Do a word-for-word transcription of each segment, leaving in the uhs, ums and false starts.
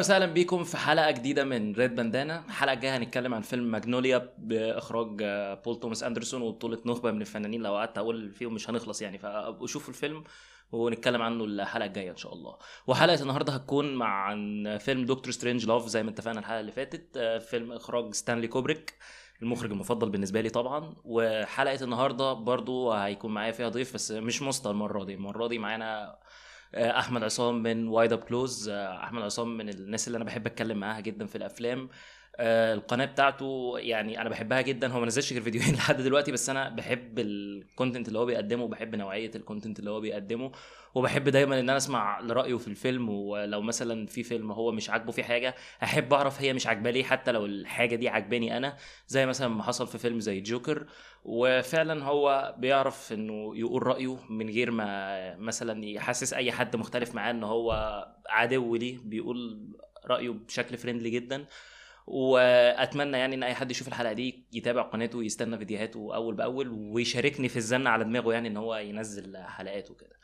وسهلا بيكم في حلقة جديدة من ريد باندانا. الحلقة الجاية هنتكلم عن فيلم ماجنوليا بإخراج آه، بول توماس أندرسون وبطولة نخبة من الفنانين. لو قعدت أقول فيهم مش هنخلص يعني، فأبقوا شوفوا الفيلم ونتكلم عنه الحلقة الجاية إن شاء الله. وحلقة النهاردة هتكون مع عن فيلم دكتور سترينج لاف زي ما اتفقنا الحلقة اللي فاتت. آه، فيلم إخراج ستانلي كوبريك، المخرج المفضل بالنسبة لي طبعا. وحلقة النهاردة برضو هيكون معايا فيها ضيف، بس مش مسطى المرة دي. المرة دي معانا آه، احمد عصام من وايد اب كلوز. احمد عصام من الناس اللي انا بحب اتكلم معاها جدا في الافلام. آه، القناه بتاعته يعني انا بحبها جدا. هو ما نزلش غير فيديوهين لحد دلوقتي، بس انا بحب الكونتنت اللي هو بيقدمه وبحب نوعيه الكونتنت اللي هو بيقدمه. وبحب دايما ان انا اسمع لرايه في الفيلم. ولو مثلا في فيلم هو مش عاجبه في حاجه، احب اعرف هي مش عاجباه ليه، حتى لو الحاجه دي عجباني انا. زي مثلا ما حصل في فيلم زي جوكر. وفعلا هو بيعرف انه يقول رأيه من غير ما مثلا يحسس اي حد مختلف معاه ان هو عدو ليه. بيقول رأيه بشكل فريندلي جدا. واتمنى يعني ان اي حد يشوف الحلقة دي يتابع قناته ويستنى فيديوهاته اول باول ويشاركني في الزن على دماغه، يعني ان هو ينزل حلقاته كده.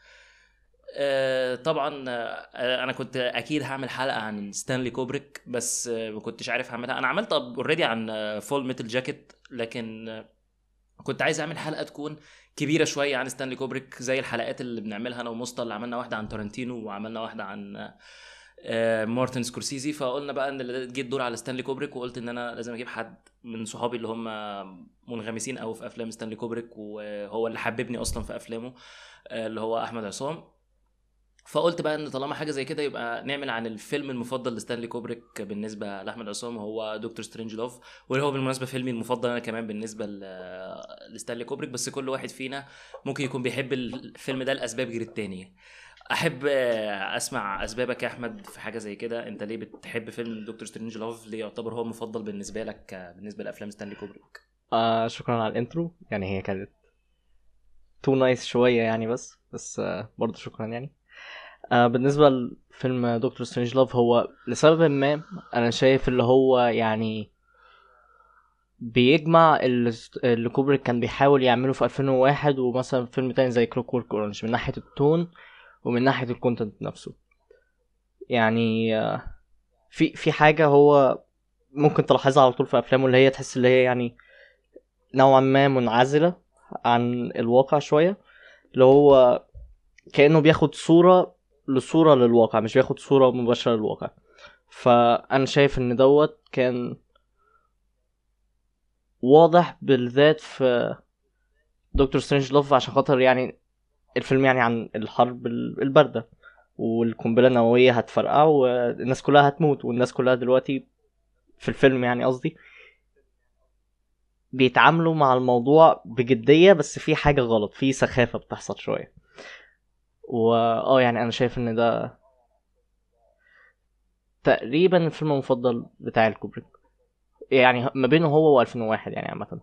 آه، طبعا. آه، انا كنت اكيد هعمل حلقه عن ستانلي كوبريك، بس آه، ما كنتش عارف اعملها. انا عملت اوريدي عن فول ميتال جاكيت، لكن كنت عايز اعمل حلقه تكون كبيره شويه عن ستانلي كوبريك، زي الحلقات اللي بنعملها انا ومسطا، اللي عملنا واحده عن تارانتينو وعملنا واحده عن آه، مارتن سكورسيزي. فقلنا بقى ان اللي جيت دور على ستانلي كوبريك، وقلت ان انا لازم اجيب حد من صحابي اللي هم منغمسين قوي في افلام ستانلي كوبريك، وهو اللي حببني اصلا في افلامه، آه، اللي هو احمد عصام. فقلت بقى ان طالما حاجه زي كده يبقى نعمل عن الفيلم المفضل لستانلي كوبريك بالنسبه لاحمد عصام، وهو دكتور سترينج لوف. واللي هو بالمناسبه فيلمي المفضل انا كمان بالنسبه ل- لستانلي كوبريك. بس كل واحد فينا ممكن يكون بيحب الفيلم ده لاسباب غير التاني. احب آه، اسمع اسبابك يا احمد في حاجه زي كده. انت ليه بتحب فيلم دكتور سترينج لوف؟ ليه يعتبر هو المفضل بالنسبه لك آه، بالنسبه لافلام ستانلي كوبريك؟ آه شكرا على الانترو. يعني هي كانت تو نايس شوية يعني، بس بس آه برضه شكرا يعني. آه بالنسبة لفيلم دكتور سترينج لاف، هو لسبب ما أنا شايف اللي هو يعني بيجمع اللي اللي كوبريك كان بيحاول يعمله في ألفين وواحد، ومثلا فيلم تاني زي كلوك وورك اورنج، من ناحية التون ومن ناحية الكونتنت نفسه. يعني آه في في حاجة هو ممكن تلاحظها على طول في أفلامه، اللي هي تحس اللي هي يعني نوعا ما منعزلة عن الواقع شوية، اللي هو كأنه بياخد صورة لصورة للواقع، مش بياخد صورة مباشرة للواقع. فأنا شايف إن دوت كان واضح بالذات في دكتور سترينج لوف، عشان خاطر يعني الفيلم يعني عن الحرب الباردة، والقنبلة النووية هتفرقع والناس كلها هتموت، والناس كلها دلوقتي في الفيلم يعني قصدي بيتعاملوا مع الموضوع بجدية، بس في حاجة غلط، في سخافة بتحصل شوية. وآه يعني أنا شايف إن ده تقريبا الفيلم المفضل بتاع الكوبريك، يعني ما بينه هو و2001 يعني عامة.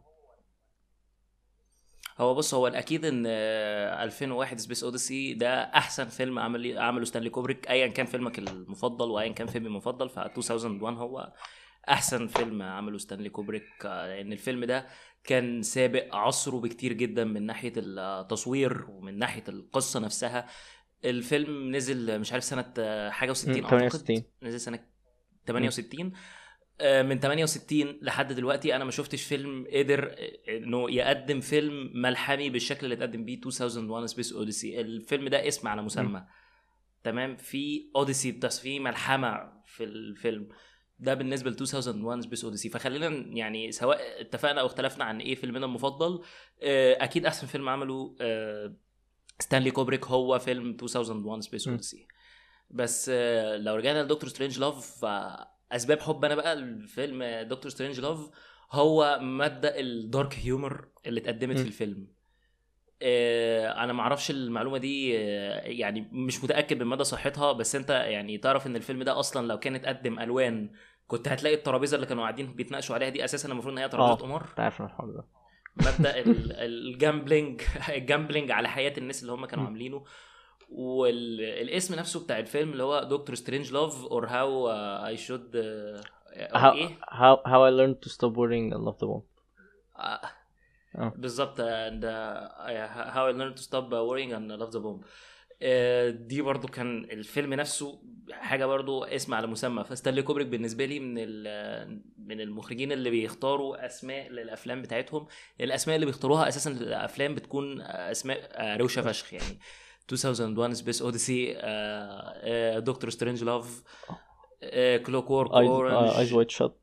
هو بص، هو الاكيد ان آه، ألفين وواحد سبيس اوديسي ده احسن فيلم عمل عمله ستانلي كوبريك. ايا كان فيلمك المفضل وايا كان فيلمي المفضل، ف ألفين وواحد هو احسن فيلم عمله ستانلي كوبريك. آه، لان الفيلم ده كان سابق عصره بكتير جدا من ناحية التصوير ومن ناحية القصة نفسها. الفيلم نزل مش عارف سنة آه، حاجة مم، وستين اعتقد. تمانية وستين. نزل سنة مم. تمانية وستين. آه، من تمانية وستين لحد دلوقتي انا ما شفتش فيلم قدر آه، انه يقدم فيلم ملحمي بالشكل اللي اتقدم بيه ألفين وواحد سبيس اوديسي. الفيلم ده اسم على مم. مسمى. تمام، في اوديسي بتاعت في ملحمه في الفيلم ده بالنسبه ل ألفين وواحد سبيس اوديسي. فخلينا يعني سواء اتفقنا او اختلفنا عن ايه فيلمنا المفضل، آه، اكيد احسن فيلم عمله آه، ستانلي كوبريك هو فيلم ألفين وواحد سبيس مم. اوديسي. بس آه، لو رجعنا لدكتور سترينج لاف، اسباب حب انا بقى الفيلم دكتور سترينج لاف هو مبدأ الدارك هيومر اللي اتقدمت في مم. الفيلم. آه، انا ما اعرفش المعلومه دي، آه، يعني مش متاكد من مدى صحتها، بس انت يعني تعرف ان الفيلم ده اصلا لو كان اتقدم الوان كنت هتلاقي الترابيزه اللي كانوا قاعدين بيتناقشوا عليها دي اساسا المفروض ان هي ترابيزه اه قمار. تعرف الحوار ده. مبدأ ال- الجامبلينج الجامبلينج على حياة الناس اللي هم كانوا مم. عاملينه. والاسم نفسه بتاع الفيلم اللي هو دكتور سترينج لوف اور هاو اي شود اور how ايه. how how I learned to stop worrying and love the bomb. آه، اه. بالظبط. and uh, how I learned to stop worrying and love the bomb. آه، دي برضو كان الفيلم نفسه حاجه برضو اسم على مسمى. فستانلي كوبريك بالنسبه لي من ال- من المخرجين اللي بيختاروا اسماء للافلام بتاعتهم. الاسماء اللي بيختاروها اساسا للافلام بتكون اسماء آه، روشه فشخ يعني. ألفين وواحد سبيس اوديسي، دكتور سترينج لاف، كلوك وورك ايز ايز اورنج، وايت شوت.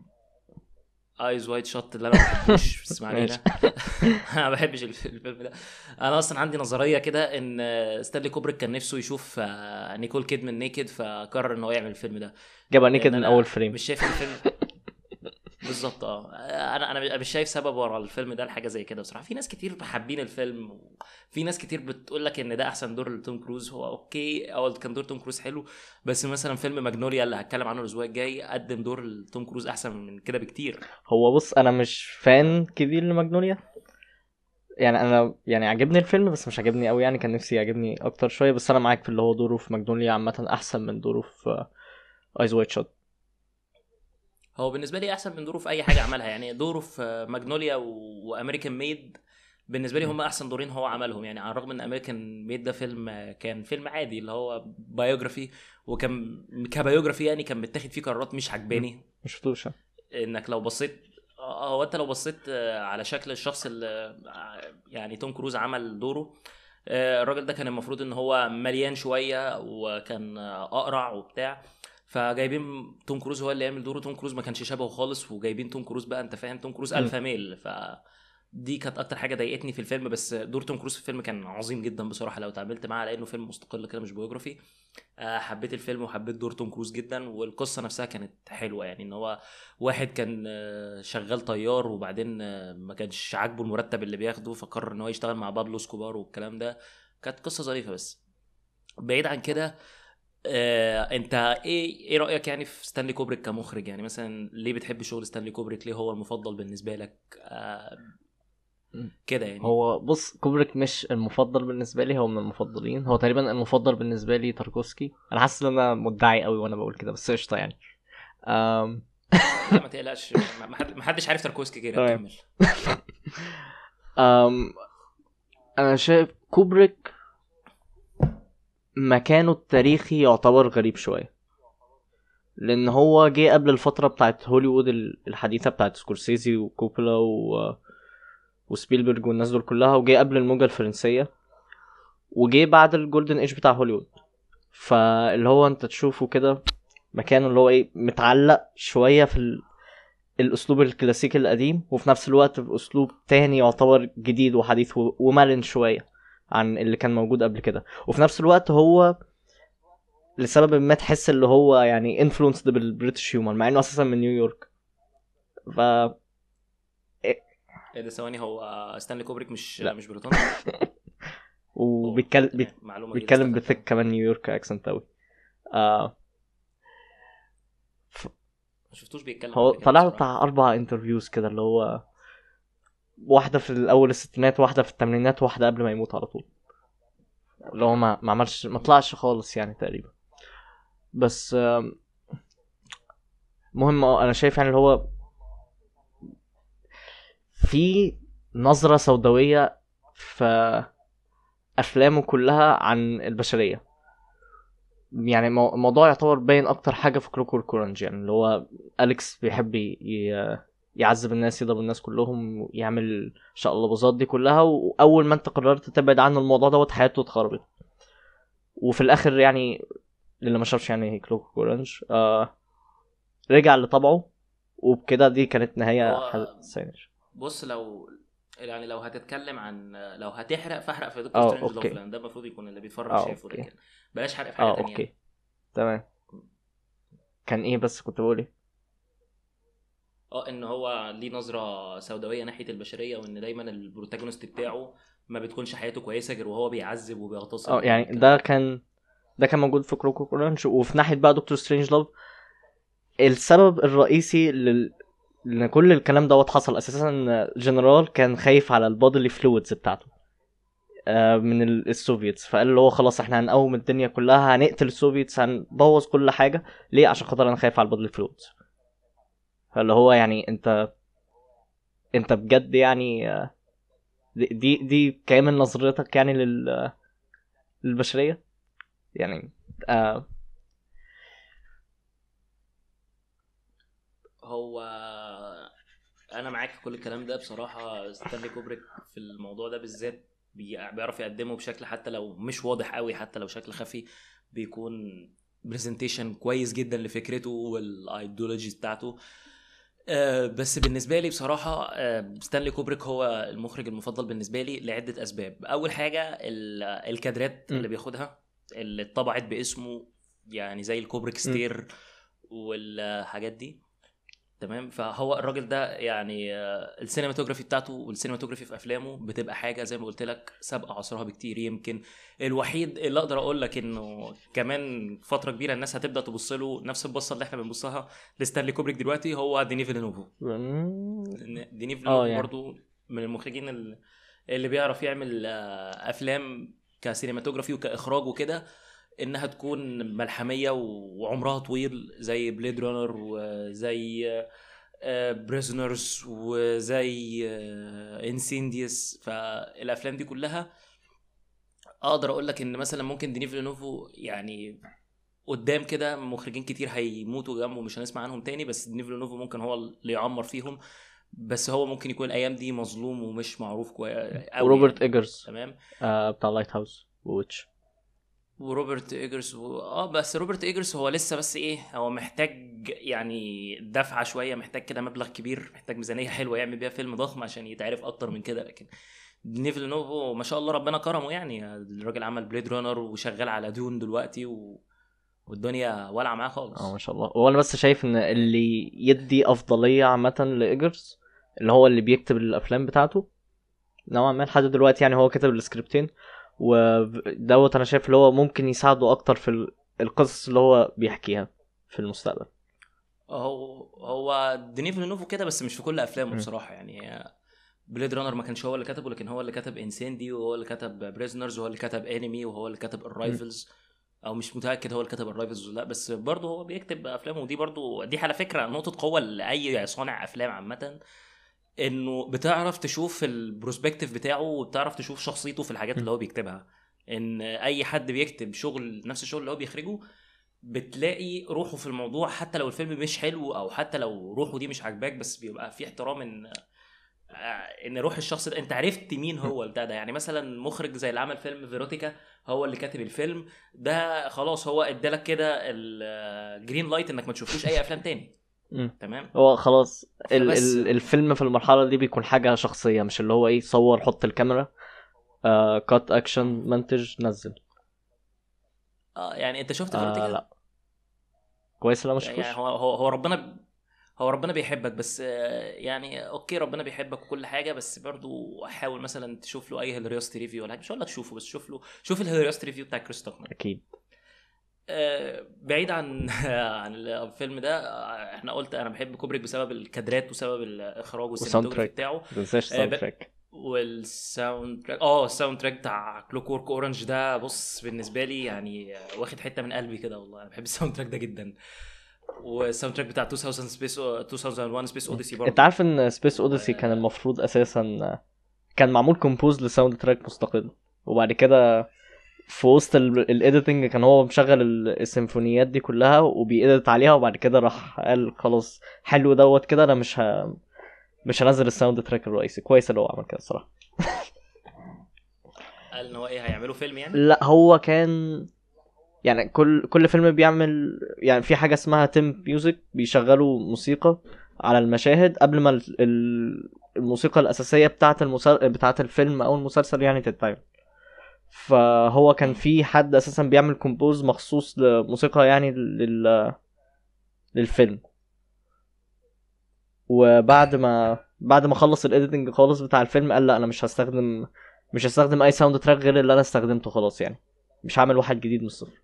ايز وايت شوت اللي انا ما بحبوش بس ما ماشي. علينا. انا ما بحبش الف- الفيلم ده. انا اصلا عندي نظريه كده ان ستانلي كوبريك كان نفسه يشوف آه، نيكول كيدمان نيكد، فقرر ان هو يعمل الفيلم ده. جابها نيكد لان من اول انا فريم. مش شايف ان الفيلم بالظبط. اه انا انا مش شايف سبب ورا الفيلم ده لحاجه زي كده بصراحه. في ناس كتير حابين الفيلم، وفي ناس كتير بتقول لك ان ده احسن دور لتوم كروز. هو اوكي، او كان دور توم كروز حلو، بس مثلا فيلم ماجنوليا اللي هتكلم عنه الاسبوع الجاي قدم دور لتوم كروز احسن من كده بكتير. هو بص، انا مش فان كبير لماجنوليا. يعني انا يعني عجبني الفيلم بس مش عجبني قوي، يعني كان نفسي يعجبني اكتر شويه. بس انا معاك في اللي هو دوره في ماجنوليا عامه احسن من دوره في ايز وايت شوت. هو بالنسبه لي احسن من دوره في اي حاجه عملها. يعني دوره في ماجنوليا وامريكان ميد بالنسبه لي هم احسن دورين هو عملهم. يعني على الرغم ان امريكان ميد ده فيلم كان فيلم عادي اللي هو بايوجرافي، وكان كبايوجرافي يعني كان متاخد فيه قرارات مش عجباني. مش شفتوش. انك لو بصيت اه هو انت لو بصيت آه، على شكل الشخص اللي آه، يعني توم كروز عمل دوره. آه، الراجل ده كان المفروض ان هو مليان شويه وكان آه، اقرع وبتاع. فجايبين توم كروز هو اللي يعمل دوره. توم كروز ما كانش شبهه خالص، وجايبين توم كروز بقى انت فاهم توم كروز الفا ميل. ف دي كانت اكتر حاجه ضايقتني في الفيلم. بس دور توم كروز في الفيلم كان عظيم جدا بصراحه لو تعاملت معاه على انه فيلم مستقل كده مش بيوجرافي. آه، حبيت الفيلم وحبيت دور توم كروز جدا. والقصه نفسها كانت حلوه يعني ان هو واحد كان آه، شغال طيار، وبعدين آه، ما كانش عاجبه المرتب اللي بياخده، فقرر ان هو يشتغل مع بابلو سكوبار والكلام ده. كانت قصه ظريفه. بس بعيد عن كده، آه، انت ايه ايه رايك يعني في ستانلي كوبريك كمخرج؟ يعني مثلا ليه بتحب شغل ستانلي كوبريك؟ ليه هو المفضل بالنسبه لك؟ آه، كده يعني. هو بص، كوبريك مش المفضل بالنسبه لي، هو من المفضلين. هو تقريبا المفضل بالنسبه لي تاركوسكي. انا حاسس ان انا مدعي قوي وانا بقول كده، بس قشطه يعني. أم... لا ما تقلقش، ما ما حد- ما حدش عارف تاركوسكي كده. تمام. كمل. أم... انا شايف كوبريك مكانه التاريخي يعتبر غريب شويه، لان هو جه قبل الفتره بتاعت هوليوود الحديثه بتاعت سكورسيزي وكوبولا و... وسبيلبرج والناس دول كلها، وجه قبل الموجه الفرنسيه، وجه بعد الجولدن ايج بتاع هوليوود. فاللي هو انت تشوفه كده مكانه اللي هو ايه، متعلق شويه في ال... الاسلوب الكلاسيكي القديم، وفي نفس الوقت باسلوب تاني يعتبر جديد وحديث و... ومرن شويه عن اللي كان موجود قبل كده. وفي نفس الوقت هو لسبب ما تحس اللي هو يعني انفلونسد بالبريتش هيومر، مع انه اساسا من نيويورك. ف إيه؟ ايه ده؟ ثواني، هو ستانلي كوبريك مش لا. مش بريطاني؟ اوه وبيتكلم تمام، بيت... معلومه جديده بيتكلم استفدتها. بثك كمان نيويورك اكسنت اوي. آه ف... ما شفتوش بيتكلم هو قبل كده طلع له بصراحه. بتاع اربع انترفيوز كده، اللي هو واحده في الاول الستينات، واحده في الثمانينات، واحده قبل ما يموت على طول. اللي هو ما ما عملش ما طلعش خالص يعني تقريبا. بس آم، مهم. اه انا شايف يعني اللي هو في نظرة سوداوية في افلامه كلها عن البشرية. يعني مو- الموضوع يعتبر باين اكتر حاجة في كلوك والكورنج، يعني اللي هو اليكس بيحب ي- ي- يعذب الناس، يضرب الناس كلهم، يعمل شقلباظات دي كلها. واول ما انت قررت تبعد عن الموضوع دوت حياته اتخربت. وفي الاخر يعني اللي ما شافش يعني كلوك والكورنج آه رجع لطبعه، وبكده دي كانت نهاية هو حزينة. بص، لو يعني لو هتتكلم عن لو هتحرق فاحرق في دكتور اه سترينج لاف، اوكي. لان ده المفروض يكون اللي بيتفرج اه شايفه. اوكي. لكن بلاش حرق في حاجه اه تانية يعني. اوكي. تمام. كان ايه بس كنت بقول ايه؟ اه ان هو ليه نظره سوداويه ناحيه البشريه، وان دايما البروتاجونست بتاعه ما بتكونش حياته كويسه غير وهو بيعذب اه وبيغتصب يعني والكلام ده ده. كان ده كان موجود في كروكو كورانش. وفي ناحية بقى دكتور سترينج لاف، السبب الرئيسي لل... لان كل الكلام دوت حصل اساسا إن جنرال كان خايف على البودلي فلويدز بتاعته آه، من ال- السوفيتس. فقال اللي هو خلاص احنا هنقوم الدنيا كلها، هنقتل السوفيتس، هنبوظ كل حاجة. ليه؟ عشان خاطر انا خايف على البودلي فلويدز. فاللي هو يعني انت انت بجد يعني آه، دي دي, دي كامل نظرتك يعني لل للبشريه يعني. آه هو انا معاك في كل الكلام ده بصراحه. ستانلي كوبريك في الموضوع ده بالذات بي- بيعرف يقدمه بشكل حتى لو مش واضح قوي، حتى لو شكل خفي بيكون برزنتيشن كويس جدا لفكرته والايديولوجيز بتاعته. آه، بس بالنسبه لي بصراحه آه، ستانلي كوبريك هو المخرج المفضل بالنسبه لي لعده اسباب. اول حاجه ال- الكادرات م. اللي بياخدها اللي اتطبعت باسمه، يعني زي الكوبريك م. ستير والحاجات دي. تمام. فهو الراجل ده يعني آه، السينماتوجرافي بتاعته والسينماتوجرافي في افلامه بتبقى حاجه زي ما قلت لك سابقه عصرها بكتير. يمكن الوحيد اللي اقدر اقول لك انه كمان فتره كبيره الناس هتبدا تبص له نفس البصه اللي احنا بنبصها لستانلي كوبريك دلوقتي هو ديني فيلينوفو. م. لأن ديني اه فيلينوفو يعني برضو من المخرجين ال- اللي بيعرف يعمل آه، افلام كسينماتوجرافي وكاخراج وكده انها تكون ملحميه وعمرها طويل، زي بليد رانر وزي بريزنرز وزي انسينديوس. فالافلام دي كلها اقدر اقول لك ان مثلا ممكن ديني فيلينوفو يعني قدام كده مخرجين كتير هيموتوا جنبه مش هنسمع عنهم تاني، بس ديني فيلينوفو ممكن هو اللي يعمر فيهم. بس هو ممكن يكون الايام دي مظلوم ومش معروف كويس قوي وروبرت يعني. ايجرز تمام. آه بتاع لايت هاوس ووتش. وروبرت ايجرز و... اه بس روبرت ايجرز هو لسه بس ايه، هو محتاج يعني دفعه شويه، محتاج كده مبلغ كبير، محتاج ميزانيه حلوه يعمل بيها فيلم ضخم عشان يتعرف اكتر من كده. لكن نيفل نوفو ما شاء الله ربنا كرمه، يعني الراجل عمل بليد رانر وشغال على دون دلوقتي و... والدنيا والعه معاه اه ما خالص. شاء الله. وانا بس شايف ان اللي يدي افضليه عامه لايجرز اللي هو اللي بيكتب الافلام بتاعته نوعا ما لحد دلوقتي، يعني هو كتب السكريبتين ودوت. انا شايف اللي هو ممكن يساعده اكتر في ال- القصص اللي هو بيحكيها في المستقبل. هو هو دينيف لينوفو كده بس مش في كل افلامه م. بصراحه يعني. بليد رانر ما كانش هو اللي كتبه، لكن هو اللي كتب انسيندي وهو اللي كتب بريزنرز وهو اللي كتب انمي وهو اللي كتب م. الرايفلز. او مش متاكد هو اللي كتب الرايفلز ولا لا، بس برضه هو بيكتب افلامه. ودي برضه دي على فكره نقطه قوه لاي صانع افلام عامه، انه بتعرف تشوف البروسبكتيف بتاعه وبتعرف تشوف شخصيته في الحاجات م. اللي هو بيكتبها. ان اي حد بيكتب شغل نفس الشغل اللي هو بيخرجه بتلاقي روحه في الموضوع، حتى لو الفيلم مش حلو او حتى لو روحه دي مش عاجباك، بس بيبقى في احترام ان آه، ان روح الشخص ده انت عرفت مين م. هو بتاع ده. يعني مثلا مخرج زي اللي عمل فيلم فيروتيكا هو اللي كاتب الفيلم ده، خلاص هو ادالك كده الجرين لايت انك ما تشوفوش اي افلام تاني. م. تمام. هو خلاص ال فبس ال الفيلم في المرحله دي بيكون حاجه شخصيه، مش اللي هو ايه صور حط الكاميرا آه كات اكشن اه منتج نزل. آه، يعني انت شفت آه فيروتيكا؟ لا كويس لا ما يعني شفتوش. هو هو هو ربنا هو ربنا بيحبك، بس آه، يعني اوكي ربنا بيحبك وكل حاجه، بس برضو حاول مثلا تشوف له اي هيلاريوستي ريفيو ولا حاجه. مش هقول لك شوفه، بس شوف له شوف الهيلاريوستي ريفيو بتاع كريس توكمان. اكيد. آه، بعيد عن عن الفيلم ده. آه، احنا قلت انا بحب كوبريك بسبب الكادرات وسبب الاخراج وساوند والسينماتوجرافي تراك بتاعه. ما تنساش آه، ساوند ب- تراك. والساوند تراك اه الساوند تراك بتاع كلوك وورك اورنج ده بص بالنسبه لي يعني آه، واخد حته من قلبي كده والله. انا بحب الساوند تراك ده جدا. والساوند تراك بتاع ألفين سبيس ألفين وواحد سبيس اوديسي انت برضو. عارف ان سبيس و اوديسي كان المفروض اساسا كان معمول كومبوز لساوند تراك مستقل، وبعد كده في وسط الايديتنج كان هو مشغل ال- السيمفونيات دي كلها وبيأدت عليها، وبعد كده راح قال خلاص حلو دوت كده انا مش ه... مش هنزل الساوند تراك الرئيسي. كويس اللي هو عمل كده الصراحه. قال ان هو ايه هيعملوا فيلم يعني. لا هو كان يعني كل كل فيلم بيعمل يعني في حاجه اسمها تيم ميوزك، بيشغلوا موسيقى على المشاهد قبل ما ال- ال- الموسيقى الاساسيه بتاعه المسل... بتاعه الفيلم او المسلسل يعني تتعمل. فهو كان مم. في حد اساسا بيعمل كومبوز مخصوص لموسيقى يعني لل... للفيلم. وبعد ما بعد ما خلص الايديتنج خالص بتاع الفيلم قال لا انا مش هستخدم مش هستخدم اي ساوند تراك غير اللي انا استخدمته خلاص، يعني مش هعمل واحد جديد من الصفر.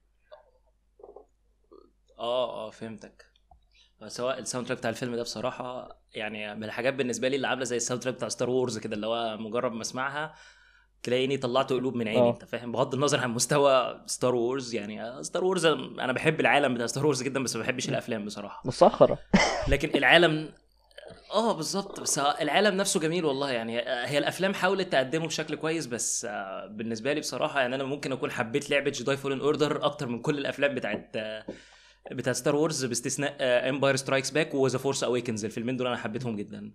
اه اه فهمتك. سواء الساوند تراك بتاع الفيلم ده بصراحه يعني من الحاجات بالنسبه لي اللي عامله زي الساوند تراك بتاع ستار وورز كده، اللي هو مجرد ما اسمعها تلاقيني طلعت قلوب من عيني. اه انت فاهم، بغض النظر عن مستوى ستار وورز. يعني ستار وورز انا بحب العالم بتاع ستار وورز جدا، بس ما بحبش الافلام بصراحه. مسخره. لكن العالم اه بالظبط. بس العالم نفسه جميل والله يعني. هي الافلام حاولت تقدمه بشكل كويس، بس آه، بالنسبه لي بصراحه يعني انا ممكن اكون حبيت لعبه جداي فولن اوردر اكتر من كل الافلام بتاعت آه، بتاعت ستار وورز، باستثناء امباير سترايكس باك وذا فورس اويكنز. الفيلمين دول انا حبيتهم جدا.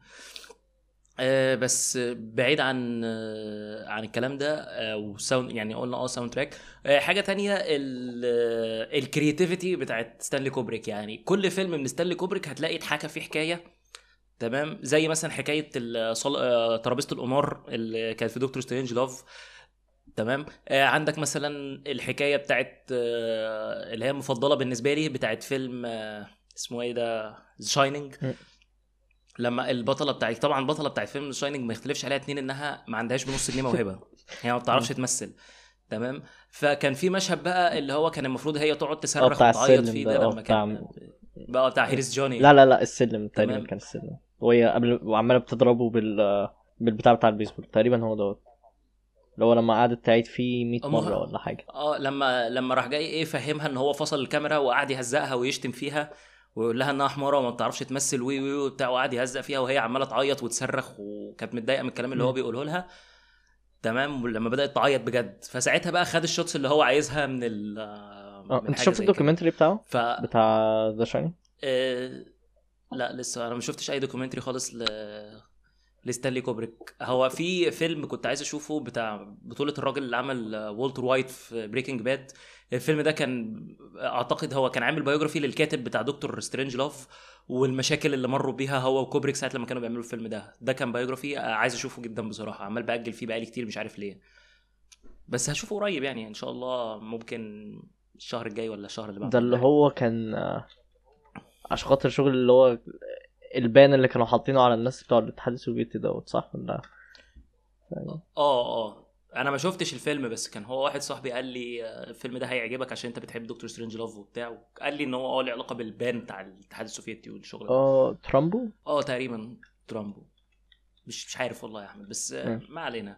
آه، بس بعيد عن آه، عن الكلام ده، آه، وساوند يعني قلنا اه ساوند تراك. آه، حاجه تانية، الكرياتيفيتي بتاعت ستانلي كوبريك. يعني كل فيلم من ستانلي كوبريك هتلاقي اتحكى فيه حكايه. تمام، زي مثلا حكايه الصل... آه، ترابيزه القمار اللي كانت في دكتور سترينج لاف. تمام. آه، عندك مثلا الحكايه بتاعت آه، اللي هي المفضله بالنسبه لي بتاعت فيلم آه، اسمه ايه ده، شاينينج. م. لما البطله بتاعت طبعا البطله بتاعت فيلم شاينينج ما يختلفش عليها اتنين انها ما عندهاش بنص جنيه موهبه. هي ما م. بتعرفش تمثل. تمام. فكان في مشهد بقى اللي هو كان المفروض هي تقعد اه تصرخ بتاع وتعيط السلم فيه، ده، ده اه لما بتاع كان بقى بتاع هيرس لا جوني. لا لا السلم تقريبا، تمام. كان السلم وهي قبل وعماله بتضربه بال بالبتاع بتاع البيسبول تقريبا، هو دوت اللي هو لما قعدت تعيد فيه مية مرة أمه... ولا حاجة. اه لما لما راح جاي ايه فهمها ان هو فصل الكاميرا وقعد يهزقها ويشتم فيها ويقول لها انها حماره وما بتعرفش تمثل وي وي وبتاع، وقعد يهزق فيها وهي عماله تعيط وتصرخ وكانت متضايقه من الكلام اللي هو م. بيقوله لها. تمام. ولما بدات تعيط بجد فساعتها بقى خد الشوتس اللي هو عايزها من ال اه من انت حاجه شفت زي كده. الدوكيومنتري بتاعه ف بتاع ذا شاين؟ آه... لا لسه انا ما شفتش اي دوكيومنتري خالص ل لستانلي كوبريك. هو في فيلم كنت عايز اشوفه بتاع بطولة الراجل اللي عمل والتر وايت في بريكنج باد. الفيلم ده كان اعتقد هو كان عامل بايوجرافي للكاتب بتاع دكتور سترينج لاف والمشاكل اللي مروا بيها هو وكوبريك ساعة لما كانوا بيعملوا الفيلم ده. ده كان بايوجرافي عايز اشوفه جدا بصراحة، عمال باجل فيه بقالي كتير مش عارف ليه. بس هشوفه قريب يعني ان شاء الله، ممكن الشهر الجاي ولا الشهر اللي ده بعده اللي ولا حاجة. هو كان آه، عشان خاطر الشغل اللي هو البان اللي كانوا حاطينه على الناس بتوع الاتحاد السوفيتي دوت، صح ولا؟ اه اه انا ما شفتش الفيلم، بس كان هو واحد صاحبي قال لي آه، الفيلم ده هيعجبك عشان انت بتحب دكتور سترينج لاف وبتاع. قال لي ان هو اه له علاقه بالبان بتاع الاتحاد السوفيتي والشغل ده. اه ترامبو. اه تقريبا ترامبو. مش مش عارف والله يا احمد، بس آه، ماشي. ما علينا.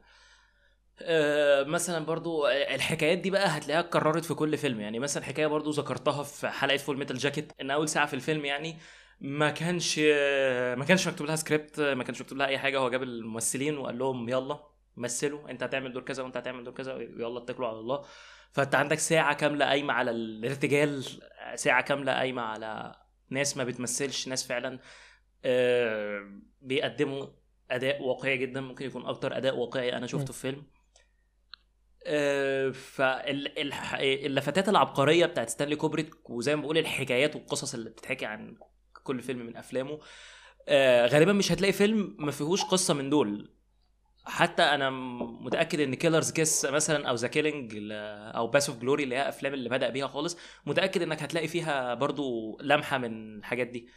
آه، مثلا برضو آه، الحكايات دي بقى هتلاقيها اتكررت في كل فيلم. يعني مثلا حكايه برضو ذكرتها في حلقه فول ميتال جاكيت، ان اول ساعه في الفيلم يعني ما كانش آه، ما كانش مكتوب لها سكريبت، ما كانش مكتوب لها اي حاجه. هو جاب الممثلين وقال لهم يلا مثلوا، انت هتعمل دور كذا وانت هتعمل دور كذا ويلا اتكلوا على الله. فانت عندك ساعه كامله قايمه على الارتجال، ساعه كامله قايمه على ناس ما بتمثلش، ناس فعلا آه، بيقدموا اداء واقعي جدا، ممكن يكون اكتر اداء واقعي انا شفته في فيلم. فاللفتات العبقريه بتاعت ستانلي كوبريك، وزي ما بقول الحكايات والقصص اللي بتتحكي عن كل فيلم من افلامه، آه، غالبا مش هتلاقي فيلم ما فيهوش قصه من دول. حتى انا م- متاكد ان كيلرز كيس مثلا او ذا كيلينج او باس اوف جلوري اللي هي افلام اللي بدا بيها خالص، متاكد انك هتلاقي فيها برضو لمحه من الحاجات دي.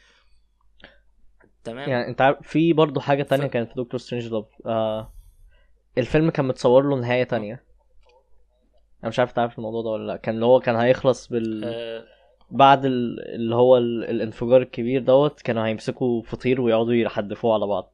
تمام. يعني انت عارف في برضه حاجة ف تانية كانت في دكتور سترينج لاف، آه الفيلم كان متصور له نهاية م. تانية. انا مش عارف تعرف الموضوع ده ولا لا. كان اللي هو كان هيخلص بال آه، بعد ال... اللي هو ال... الانفجار الكبير دوت، كانوا هيمسكوا فطير ويقعدوا يحدفوه على بعض.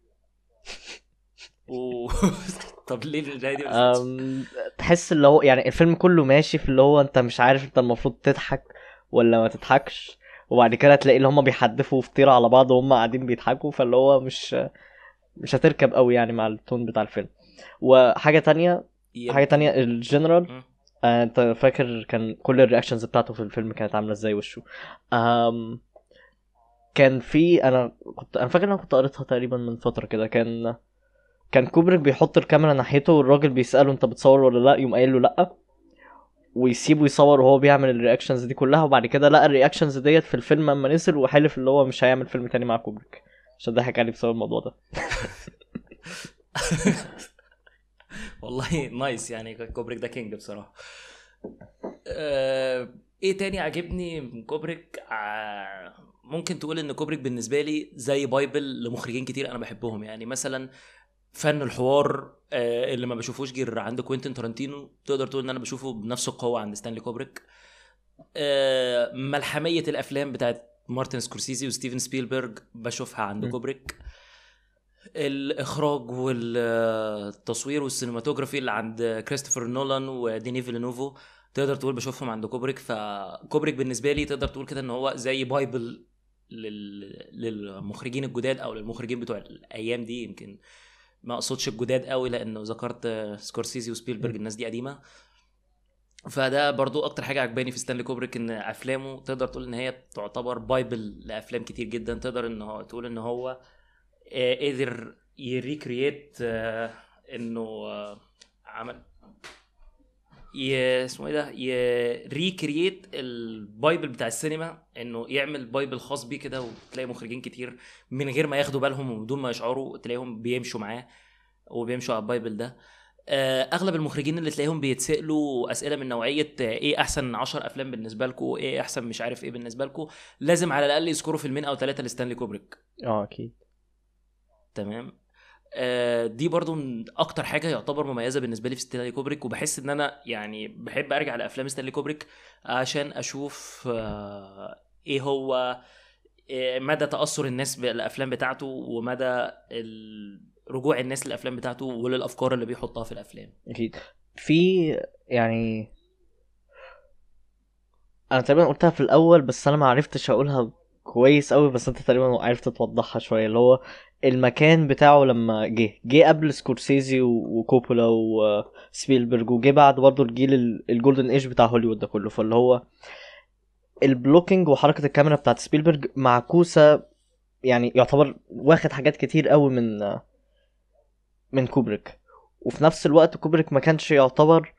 و... طب ليه النهايه دي ما نزلتش؟ أم... تحس اللي هو يعني الفيلم كله ماشي في اللي هو انت مش عارف انت المفروض تضحك ولا ما تضحكش، وبعد كده تلاقي اللي هم بيحدفوا فطيرة على بعض وهم قاعدين بيضحكوا، فاللي هو مش مش هتركب قوي يعني مع التون بتاع الفيلم. وحاجة تانية حاجة تانية يمكن. الجنرال. م. آه، انت فاكر كان كل الرياكشنز بتاعته في الفيلم كانت عاملة ازاي وشه؟ أم... كان في انا كنت انا فاكر ان انا كنت قريتها تقريبا من فترة كده. كان كان كوبريك بيحط الكاميرا ناحيته والراجل بيسأله انت بتصور ولا لا، يقوم قايل له لا، ويسيبه يصور وهو بيعمل الرياكشنز دي كلها. وبعد كده لقى الرياكشنز ديت في الفيلم اما نزل، وحلف اللي هو مش هيعمل فيلم تاني مع كوبريك عشان ضحك عليه بسبب الموضوع ده. والله نايس يعني، كوبريك ده كينج بصراحه. آه، ايه تاني عجبني من كوبريك؟ آه، ممكن تقول ان كوبريك بالنسبه لي زي بايبل لمخرجين كتير انا بحبهم. يعني مثلا فن الحوار آه، اللي ما بشوفوش غير عند كوينتين تارانتينو، تقدر تقول ان انا بشوفه بنفس القوه عند ستانلي كوبريك. آه، ملحميه الافلام بتاعت مارتن سكورسيزي وستيفن سبيلبرج بشوفها عند م. كوبريك. الاخراج والتصوير والسينماتوجرافي اللي عند كريستوفر نولان وديني فيلينوفو تقدر تقول بشوفهم عند كوبريك. فكوبريك بالنسبه لي تقدر تقول كده ان هو زي بايبل لل... للمخرجين الجداد او للمخرجين بتوع الايام دي. يمكن ما اقصدش الجداد قوي لانه ذكرت سكورسيزي وسبيلبرج، الناس دي قديمه. فده برضو اكتر حاجه عجباني في ستانلي كوبريك، ان افلامه تقدر تقول ان هي تعتبر بايبل لافلام كتير جدا. تقدر ان هو تقول ان هو آه، قدر يريكرييت آه، انه آه، عمل ي... اسمه ايه ده يريكرييت البايبل بتاع السينما، انه يعمل بايبل خاص بيه كده. وتلاقي مخرجين كتير من غير ما ياخدوا بالهم وبدون ما يشعروا تلاقيهم بيمشوا معاه وبيمشوا على البايبل ده. آه، اغلب المخرجين اللي تلاقيهم بيتسالوا اسئله من نوعيه آه، ايه احسن عشر افلام بالنسبه لكم، ايه احسن مش عارف ايه بالنسبه لكم، لازم على الاقل يذكروا فيلمين او ثلاثه لستانلي كوبريك. اه اكيد. تمام. آه، دي برضو من اكتر حاجه يعتبر مميزه بالنسبه لي في ستانلي كوبريك. وبحس ان انا يعني بحب ارجع لافلام ستانلي كوبريك عشان اشوف آه، ايه هو آه، مدى تاثر الناس بالافلام بتاعته، ومدى ال- رجوع الناس للافلام بتاعته وللافكار اللي بيحطها في الافلام. اكيد. في يعني انا تقريبا قلتها في الاول بس انا ما عرفتش اقولها كويس قوي، بس انت تقريبا عرفت توضحها شويه. اللي هو المكان بتاعه لما جه جه قبل سكورسيزي و- وكوبولا وسبيلبرج، وجه بعد برضه الجيل ال- الجولدن ايج بتاع هوليوود ده كله. فاللي هو البلوكينج وحركه الكاميرا بتاعت سبيلبرج معكوسه، يعني يعتبر واخد حاجات كتير قوي من من كوبريك. وفي نفس الوقت كوبريك ما كانش يعتبر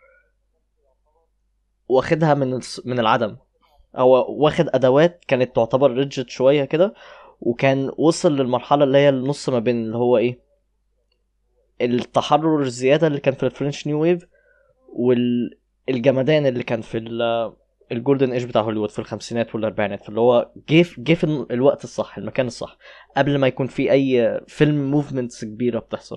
واخدها من الص- من العدم. هو واخد ادوات كانت تعتبر ريجت شويه كده، وكان وصل للمرحله اللي هي النص ما بين اللي هو ايه التحرر الزياده اللي كان في الفرنش نيو ويف، والجمدان اللي كان في ال- الجولدن ايج بتاع هوليوود في الخمسينات والاربعينات. فاللي هو جه في- جه في الوقت الصح، المكان الصح، قبل ما يكون في اي فيلم موفمنتس كبيره بتحصل.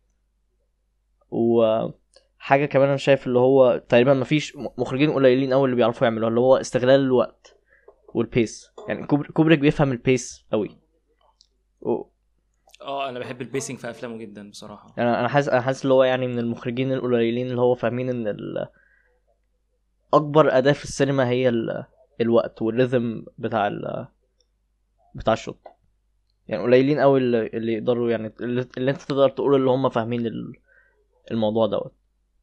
وحاجه كمان انا شايف اللي هو تقريبا مفيش مخرجين قليلين قوي اللي بيعرفوا يعملوها، اللي هو استغلال الوقت والبيس. يعني كوبر- كوبريك بيفهم البيس قوي. و... اه انا بحب البيسنج في افلامه جدا بصراحه. انا انا حاسس انا حاسس اللي هو يعني من المخرجين القليلين اللي هو فاهمين ان ال... اكبر اداة في السينما هي ال... الوقت والريذم بتاع ال... بتاع الشوت. يعني قليلين قوي اللي, اللي يقدروا، يعني اللي, اللي انت تقدر تقول اللي هم فاهمين ال- الموضوع دوت.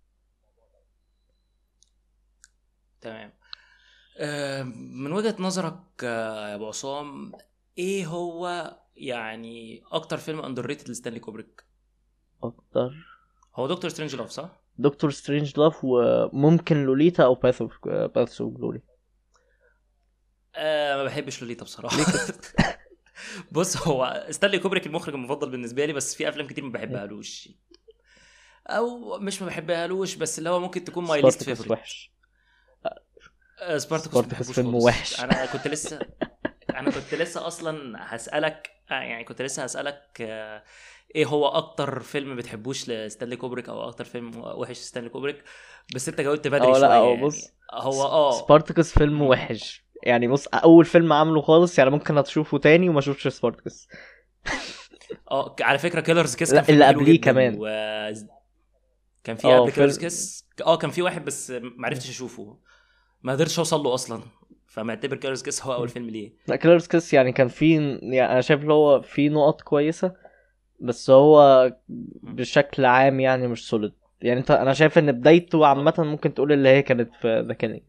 تمام. آه، من وجهة نظرك آه، يا ابو عصام، ايه هو يعني اكتر فيلم اندر ريتد لستانلي كوبريك؟ اكتر هو دكتور سترينج لاف صح؟ دكتور سترينج لاف، وممكن لوليتا او باث اوف باث اوف جلوري. آه ما بحبش لوليتا بصراحه. بص، هو ستانلي كوبريك المخرج المفضل بالنسبه لي، بس في افلام كتير ما بحبهالوش، او مش ما بحبهالوش بس اللي هو ممكن تكون ماي ليست سبارتاكوس فيفورت. وحش. سبارتاكوس ما سبارتاكوس بحبوش فيلم خالص. وحش. انا كنت لسه انا كنت لسه اصلا هسالك آه، يعني كنت لسه هسالك آه، ايه هو اكتر فيلم بتحبوش لستانلي كوبريك او اكتر فيلم وحش لستانلي كوبريك، بس انت جاوبت بدري اه لا، شويه. اه يعني بص، هو اه سبارتاكوس فيلم م- وحش. يعني بص، اول فيلم عامله خالص، يعني ممكن اشوفه تاني وما اشوفش سبارتاكوس. اه على فكره كيلرز كيس كان لا، فيلم اللي حلو قبليه جدا، كمان. وكان في اه قبل كيلرز فيلم. كيس اه كان في واحد بس ما عرفتش اشوفه، ما قدرتش اوصل له اصلا، فمعتبر كيلرز كيس هو اول فيلم ليه. لا، كيلرز كيس يعني كان فيه، يعني انا شايف اللي هو فيه نقط كويسه، بس هو بشكل عام يعني مش سوليد. يعني انت انا شايف ان بدايته عامه ممكن تقول اللي هي كانت في ذا كينج.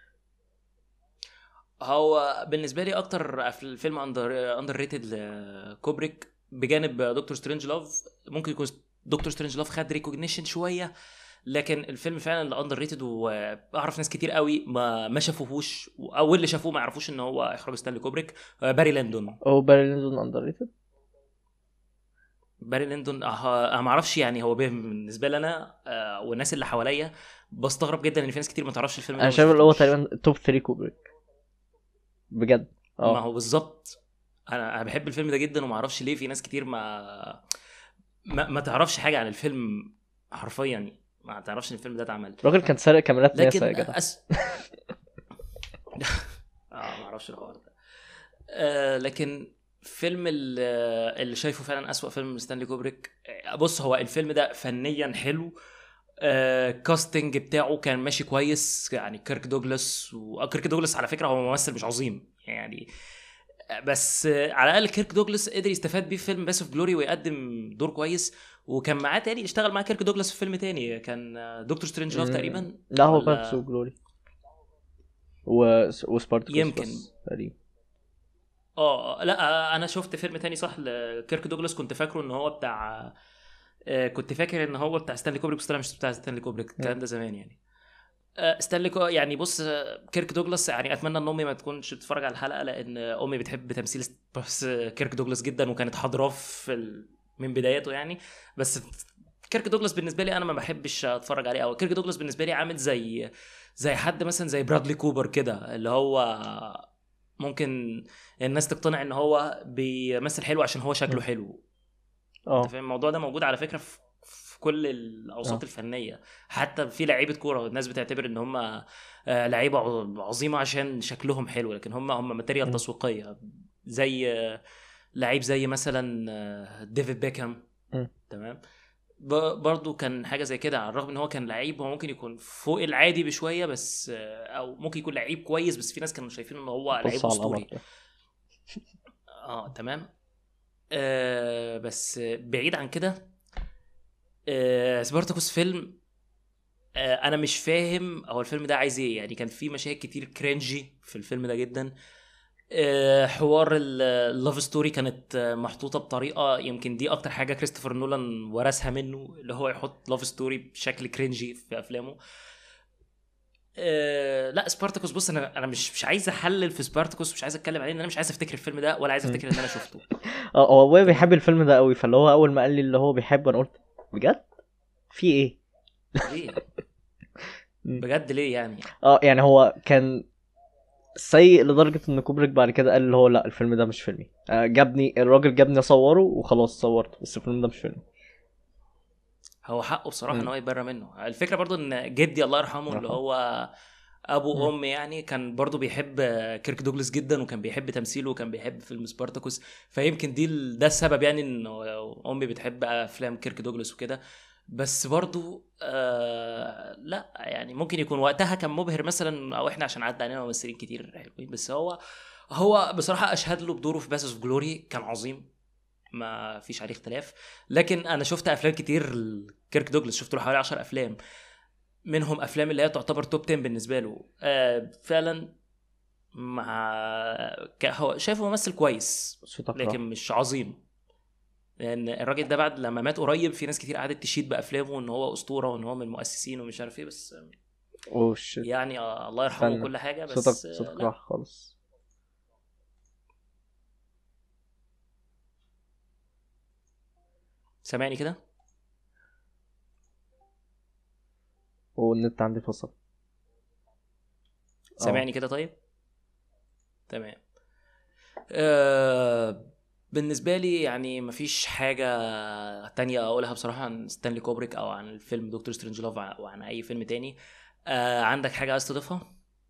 هو بالنسبه لي اكتر أف- فيلم اندر اندر ريتد لكوبريك بجانب دكتور سترينج لاف ممكن يكون دكتور سترينج لاف خد ريكوجنيشن شويه، لكن الفيلم فعلا اللي اندر ريتد، واعرف ناس كتير قوي ما ما شافوهوش، او اللي شافوه ما يعرفوش ان هو اخراج ستانلي كوبريك. آه، باري لاندون. هو باريليندون اندر ريتد. باري لاندون آه، انا ما اعرفش، يعني هو بالنسبه لي انا آه، والناس اللي حواليا بستغرب جدا ان في ناس كتير ما تعرفش الفيلم ده انا وما شايف اللي هو شافتوش. تقريبا توب ثلاثة كوبريك بجد. ما اه هو بالظبط، انا انا بحب الفيلم ده جدا، وما اعرفش ليه في ناس كتير ما ما, ما تعرفش حاجه عن الفيلم حرفيا، يعني ما تعرفش ان الفيلم ده اتعمل. الراجل كان سارق كاميرات ناسا يا لكن جدع. أس... اه ما اعرفش الحوار ده. آه لكن فيلم ال- اللي شايفه فعلا أسوأ فيلم ستانلي كوبريك. آه، بص هو الفيلم ده فنيا حلو، آه كاستنج بتاعه كان ماشي كويس، يعني كيرك دوجلاس، وكيرك دوجلاس على فكرة هو ممثل مش عظيم يعني. بس على الاقل كيرك دوجلاس قدر يستفاد بيه في فيلم بيس اوف جلوري ويقدم دور كويس، وكان معاه تاني اشتغل مع كيرك دوجلاس في فيلم تاني كان دكتور سترينج لاف تقريبا. لا هو كان ولا في جلوري و وسبارتكوس يمكن بس تقريبا. اه لا انا شفت فيلم تاني صح لكيرك دوجلاس كنت فاكره ان هو بتاع آه، كنت فاكر ان هو بتاع ستانلي كوبريك، بس طلع مش بتاع ستانلي كوبريك، الكلام ده زمان يعني. آه، ستانلي كو يعني بص آه، كيرك دوجلاس يعني اتمنى ان امي ما تكونش بتتفرج على الحلقه، لان امي بتحب تمثيل ست- بس آه، كيرك دوجلاس جدا، وكانت حاضراه في ال... من بداياته يعني. بس كيرك دوجلاس بالنسبه لي انا ما بحبش اتفرج عليه، او كيرك دوجلاس بالنسبه لي عامل زي زي حد مثلا زي برادلي كوبر كده، اللي هو ممكن الناس تقتنع ان هو بيمثل حلو عشان هو شكله حلو. انت اه فاهم الموضوع ده موجود على فكره في في كل الاوساط اه الفنيه، حتى في لعيبه كوره الناس بتعتبر ان هم آه، لعيبه ع- عظيمه عشان شكلهم حلو، لكن هم هم ماتيريال م- تسويقيه. زي آه، لعيب زي مثلا آه، ديفيد بيكهام. م- تمام. ب- برضو كان حاجه زي كده، على الرغم ان هو كان لعيب هو ممكن يكون فوق العادي بشويه، بس آه، او ممكن يكون لعيب كويس، بس في ناس كانوا شايفين ان هو بص لعيب على القمر اسطوري. ده. اه تمام. آه بس بعيد عن كده، آه سبارتاكوس فيلم آه انا مش فاهم هو الفيلم ده عايز ايه يعني. كان في مشاهد كتير كرنجي في الفيلم ده جدا. آه حوار اللاف ستوري كانت آه، محطوطه بطريقه، يمكن دي اكتر حاجه كريستوفر نولان ورثها منه، اللي هو يحط لاف ستوري بشكل كرنجي في افلامه. آه لا سبارتاكوس بص انا انا مش مش عايز احلل في سبارتاكوس، مش عايز اتكلم عليه، ان انا مش عايز افتكر الفيلم ده ولا عايز م. افتكر ان انا شفته. اه هو ابويا بيحب تمام. الفيلم ده قوي، فاللي هو اول ما قال لي اللي هو بيحبه انا قلت بجد في ايه. ليه م. بجد ليه يعني؟ اه يعني هو كان سيء لدرجة ان كوبريك بعد كده قال اللي هو لا الفيلم ده مش فيلمي. آه، جابني الراجل جابني اصوره وخلاص صورته، بس الفيلم ده مش فيلمي. هو حقه بصراحه ان م. هو يتبرى منه. الفكره برضو ان جدي الله يرحمه اللي عفوا. هو ابو م. امي يعني كان برضو بيحب كيرك دوجلاس جدا، وكان بيحب تمثيله، وكان بيحب فيلم سبارتاكوس. فيمكن دي ال- ده السبب يعني ان امي بتحب افلام كيرك دوجلاس وكده. بس برضو آه لا يعني ممكن يكون وقتها كان مبهر مثلا، او احنا عشان عدى علينا ممثلين كتير حلوين، بس هو هو بصراحه اشهد له بدوره في باسس اوف جلوري كان عظيم، ما فيش عليه اختلاف. لكن انا شفت افلام كتير كيرك دوجلاس، شفت له حوالي عشر افلام، منهم افلام اللي هي تعتبر توب عشرة بالنسبه له. آه فعلا مع ك- هو شايفه ممثل كويس صوتك لكن راح. مش عظيم، لان الراجل ده بعد لما مات قريب في ناس كتير قعدت تشيد بافلامه ان هو اسطوره وان هو من المؤسسين ومش عارف ايه، بس اوه شيت. يعني آه الله يرحمه استنى، وكل حاجه، صوتك بس آه صوتك لا. راح خالص. سامعني كده؟ والنت عندي فصل. اه سامعني كده طيب؟ تمام. آه بالنسبة لي يعني مفيش حاجة تانية أقولها بصراحة عن ستانلي كوبريك أو عن الفيلم دكتور سترينج لوف أو عن أي فيلم تاني. آه عندك حاجة عايز تضيفها؟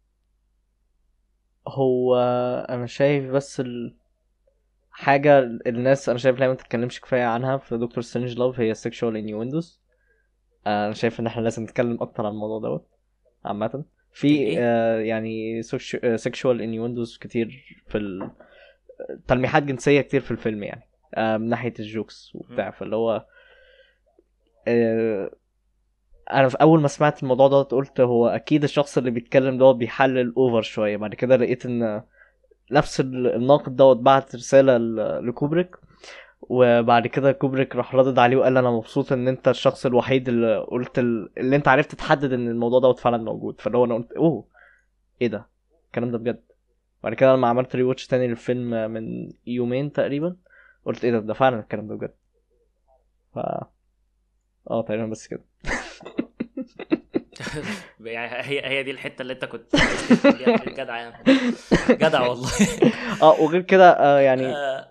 هو انا شايف بس ال... حاجة الناس انا شايف لا ما تتكلمش كفاية عنها في دكتور سترينج لاف هي sexual innuendos. انا شايف ان احنا لازم نتكلم اكتر عن الموضوع دوت عامة. في الإيه؟ آه، يعني sexual innuendos كتير في ال... تلميحات جنسية كتير في الفيلم يعني، آه، من ناحية الجوكس مم. وبتاع، فاللي هو آه، انا في اول ما سمعت الموضوع ده قلت هو اكيد الشخص اللي بيتكلم ده بيحلل اوفر شويه. بعد كده لقيت ان نفس ال- الناقد دوت بعت رساله ل- لكوبريك، وبعد كده كوبريك راح ردد عليه وقال انا مبسوط ان انت الشخص الوحيد اللي قلت ال... اللي انت عرفت تحدد ان الموضوع دوت فعلا موجود. فاللي هو انا قلت اوه ايه ده الكلام ده بجد. بعد كده لما عملت ري واتش تاني للفيلم من يومين تقريبا قلت ايه ده ده فعلا الكلام ده بجد. ف اه تقريبا بس كده. يعني هي هي دي الحتة اللي أنت كنت عايز تختم بيها الحديث. جدع يعني، جدع والله. اه وغير كده آه يعني آه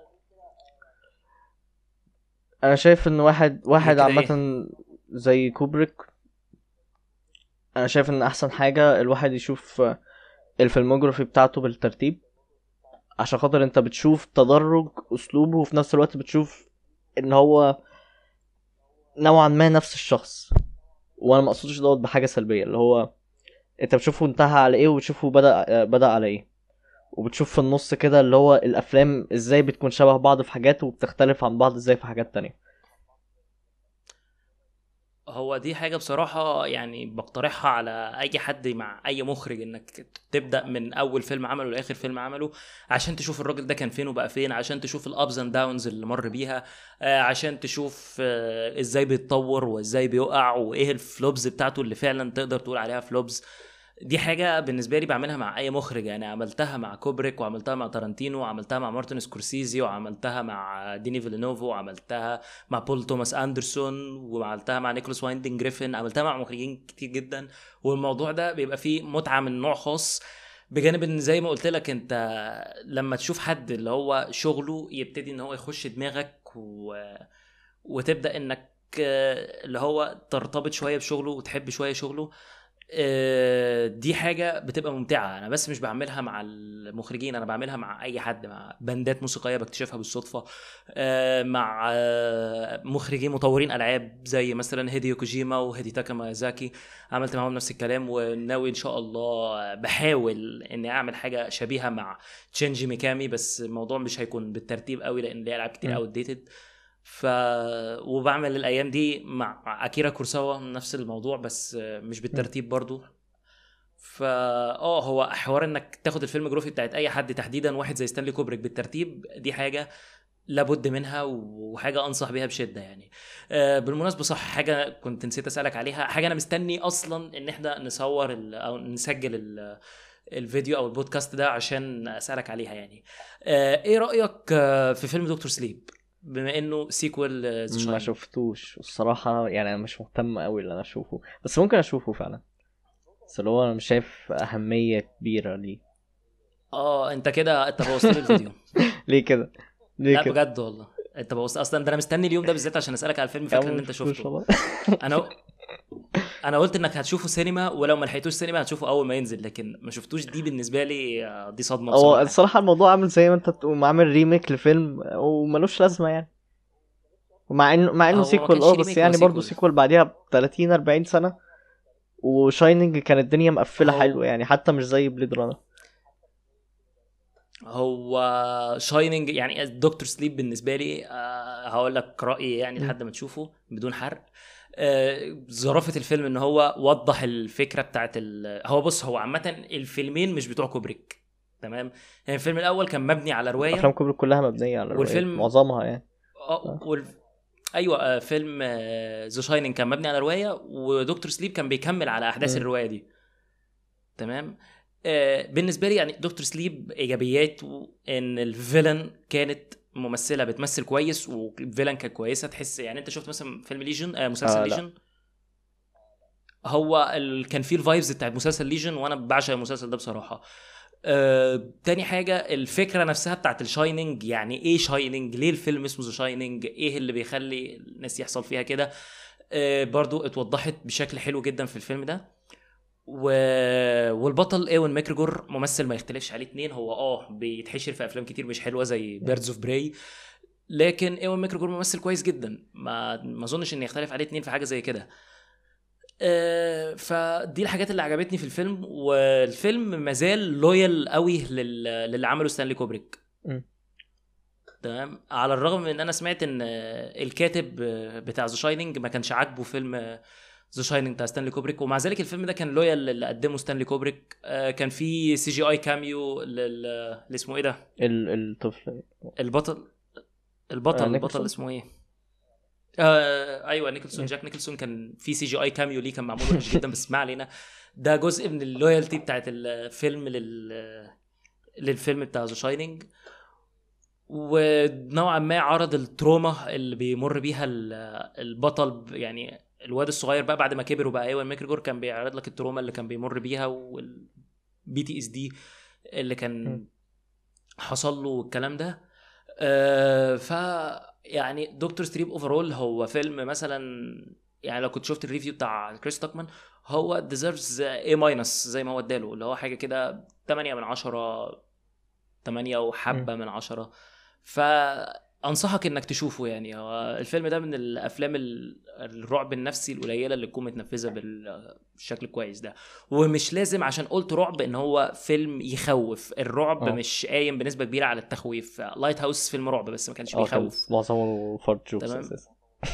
انا شايف ان واحد غير واحد كده إيه؟ عامه زي كوبريك، انا شايف ان احسن حاجه الواحد يشوف الفيلموجرافي بتاعته بالترتيب، عشان خاطر انت بتشوف تدرج اسلوبه وفي نفس الوقت بتشوف ان هو نوعا ما نفس الشخص. وانا ما اقصدش دوت بحاجه سلبيه، اللي هو انت بتشوفه انتهى على ايه وتشوفه بدا بدا على ايه. وبتشوف في النص كده اللي هو الافلام ازاي بتكون شبه بعض في حاجات وبتختلف عن بعض ازاي في حاجات تانية. هو دي حاجة بصراحة يعني بقترحها على أي حد مع أي مخرج، إنك تبدأ من أول فيلم عمله لآخر فيلم عمله، عشان تشوف الراجل ده كان فين وبقى فين، عشان تشوف الأبز اند داونز اللي مر بيها، آه، عشان تشوف آه، إزاي بيتطور وإزاي بيقع وإيه الفلوبز بتاعته اللي فعلا تقدر تقول عليها فلوبز. دي حاجة بالنسبة لي بعملها مع أي مخرج، يعني عملتها مع كوبريك وعملتها مع تارانتينو وعملتها مع مارتن سكورسيزي وعملتها مع ديني فيلينوفو وعملتها مع بول توماس اندرسون وعملتها مع نيكولاس وايندين جريفن، عملتها مع مخرجين كتير جدا. والموضوع ده بيبقى فيه متعة من نوع خاص، بجانب ان زي ما قلت لك انت لما تشوف حد اللي هو شغله يبتدي ان هو يخش دماغك و... وتبدأ انك آه، اللي هو ترتبط شوية بشغله وتحب شوية شغله. آه، دي حاجة بتبقى ممتعة. أنا بس مش بعملها مع المخرجين، أنا بعملها مع أي حد، مع باندات موسيقية بكتشفها بالصدفة، آه، مع آه، مخرجين مطورين ألعاب زي مثلا هيديو كوجيما وهيديتاكا ميازاكي، عملت معاهم نفس الكلام. وناوي إن شاء الله بحاول إني أعمل حاجة شبيهة مع تشينجي ميكامي، بس الموضوع مش هيكون بالترتيب قوي لأن ليه ألعاب كتير م. أوي ديتد. ف وبعمل الايام دي مع اكيرا كورساوا نفس الموضوع بس مش م. بالترتيب برضو. فا اه هو حوار انك تاخد الفيلم جروفي بتاعت اي حد، تحديدا واحد زي ستانلي كوبريك، بالترتيب، دي حاجه لابد منها وحاجه انصح بيها بشده يعني. آه بالمناسبه صح، حاجه كنت نسيت اسالك عليها، حاجه انا مستني اصلا ان احنا نصور ال او نسجل ال الفيديو او البودكاست ده عشان اسالك عليها يعني. آه ايه رايك آه، في فيلم دكتور سليب بما انه سيكوال ذا ما شاينينج؟ شفتوش الصراحة، يعني انا مش مهتم قوي ان انا اشوفه، بس ممكن اشوفه فعلا، بس اللي هو انا مش شايف اهمية كبيرة ليه. اه انت كده انت بوظت لي الفيديو. ليه كده؟ ليه لا كده؟ بجد والله انت بوظت اصلا، ده انا مستني اليوم ده بالذات عشان اسالك على الفيلم، يا فاكر عم ان ما انت شفتوش شفته. والله. انا انا قلت انك هتشوفه سينما، ولو ما لحقتوش سينما هتشوفه اول ما ينزل، لكن ما شفتوش. دي بالنسبه لي آه، دي صدمه هو بصراحه يعني. الصراحة الموضوع عامل زي ما انت تقوم عامل ريميك لفيلم وملوش لازمة يعني، ومع انه مع انه هو ما سيكوال اه كانش بس ريميك، هو يعني برضه سيكوال. سيكوال بعديها ب ثلاثين اربعين سنة، وشايننج كانت الدنيا مقفلة حلو هو يعني، حتى مش زي بليد رانر. هو شايننج يعني دكتور سليب بالنسبه لي، آه، هقول لك رايي يعني م. لحد ما تشوفه بدون حرق. آه، ظرافه الفيلم ان هو وضح الفكره بتاعت ال... هو بص، هو عامه الفيلمين مش بتوع كوبريك، تمام؟ يعني الفيلم الاول كان مبني على افلام روايه، كوبريك كلها مبنية على الروايات والفيلم معظمها يعني. اه اه. والف... ايوه آه، فيلم ذا شايننج كان مبني على روايه، ودكتور سليب كان بيكمل على احداث م. الروايه دي، تمام؟ آه، بالنسبه لي يعني دكتور سليب ايجابياته ان الفيلن كانت ممثله بتمثل كويس، والفيلن كانت كويسه، تحس يعني انت شفت مثلا فيلم ليجن، آه مسلسل اه لا. ليجن، هو ال... كان فيه الفايبز بتاعت مسلسل ليجن، وانا بعشق المسلسل ده بصراحه. آه، تاني حاجة الفكرة نفسها بتاعت الشايننج، يعني ايه شايننج، ليه الفيلم اسمه ذا شايننج، ايه اللي بيخلي الناس يحصل فيها كده، آه برضو اتوضحت بشكل حلو جدا في الفيلم ده. و... والبطل ايوان ماكريجور ممثل ما يختلفش عليه اتنين، هو اه بيتحشر في افلام كتير مش حلوه زي م. بيردز اوف براي، لكن ايوان ماكريجور ممثل كويس جدا، ما ما اظنش ان يختلف عليه اتنين في حاجه زي كده. آه، فدي الحاجات اللي عجبتني في الفيلم، والفيلم مازال لويال قوي لل... للي عمله ستانلي كوبريك، م. تمام؟ على الرغم من ان انا سمعت ان آه، الكاتب آه، بتاع ذا شايننج ما كانش عاجبه فيلم ذا شايننج بتاع ستانلي كوبريك، ومع ذلك الفيلم ده كان لويال اللي قدمه ستانلي كوبريك. آه، كان في سي جي اي كاميو لل اللي اسمه ايه ده، ال الطفل. البطل آه البطل البطل نيكلسون. اسمه ايه؟ آه ايوه نيكلسون، م. جاك نيكلسون، كان في سي جي اي كاميو ليه كان معمول وحش جدا، بس ما علينا. ده جزء من اللويالتي بتاعت الفيلم لل للفيلم بتاع ذا شايننج، ونوعا ما عرض التروما اللي بيمر بيها ال- البطل، يعني الواد الصغير بقى بعد ما كبر وبقى ايوان ماكريجور، كان بيعرض لك التروما اللي كان بيمر بيها والبي تي اس دي اللي م. كان حصل له والكلام ده. آه ف يعني دكتور ستريب اوفرول هو فيلم مثلا، يعني لو كنت شفت الريفيو بتاع كريس توكمان، هو ديزيرفز اي ماينس زي ما هو اداله، اللي هو حاجه كده تمانية من عشرة، تمانية م. وحبه من عشرة. ف انصحك انك تشوفه يعني. هو الفيلم ده من الافلام ال- الرعب النفسي القليله اللي تكون متنفذه بالشكل الكويس ده. ومش لازم عشان قلت رعب ان هو فيلم يخوف. الرعب اه مش قايم بنسبه كبيره على التخويف. لايت هاوس فيلم رعب بس ما كانش اه كان بيخوف. معظمه فرد جوكس تمام. اساسا.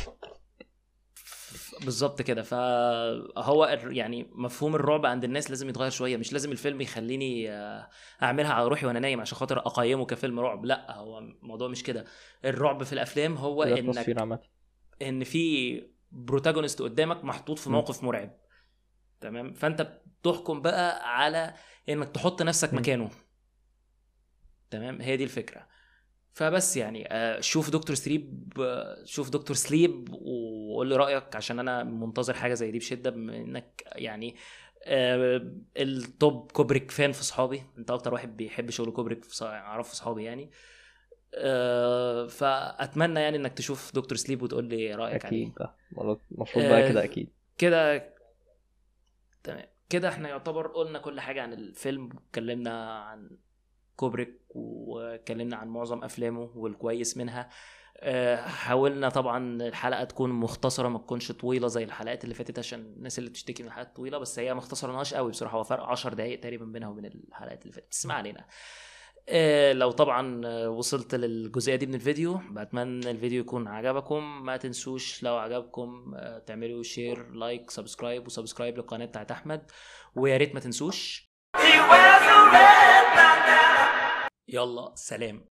بالظبط كده. فهو الر- يعني مفهوم الرعب عند الناس لازم يتغير شويه. مش لازم الفيلم يخليني آه، اعملها على روحي وانا نايم عشان خاطر اقيمه كفيلم رعب. لا، هو الموضوع مش كده. الرعب في الافلام هو الاتموسفير انك عامة. ان في بروتاجونست قدامك محطوط في مم. موقف مرعب. تمام. فانت بتحكم بقى على انك تحط نفسك مم. مكانه. تمام. هي دي الفكره. فبس يعني آه، شوف دكتور سليب. آه، شوف دكتور سليب وقول لي رايك عشان انا منتظر حاجه زي دي بشده، بما انك يعني آه، التوب كوبريك فان في صحابي. انت اكتر واحد بيحب شغل كوبريك في ص- اعرفه في صحابي يعني. آه، فاتمنى يعني انك تشوف دكتور سليب وتقول لي رايك عليه. اكيد ده المفروض بقى آه، كده اكيد. كده تمام. كده احنا يعتبر قلنا كل حاجة عن الفيلم. اتكلمنا عن كوبريك واتكلمنا عن معظم افلامه والكويس منها. آه، حاولنا طبعا الحلقة تكون مختصرة ما تكونش طويلة زي الحلقات اللي فاتت عشان الناس اللي بتشتكي من الحلقات الطويلة. بس هي مختصرناش قوي بصراحة. هو فرق عشر دقايق تقريبا بينها وبين الحلقات اللي فاتت. بس ما علينا. آه، لو طبعا آه، وصلت للجزئية دي من الفيديو بتمنى الفيديو يكون عجبكم. ما تنسوش لو عجبكم آه، تعملوا شير لايك سبسكرايب وسبسكرايب للقناة بتاعت أحمد. ويا ريت ما تنسوش. يلا سلام.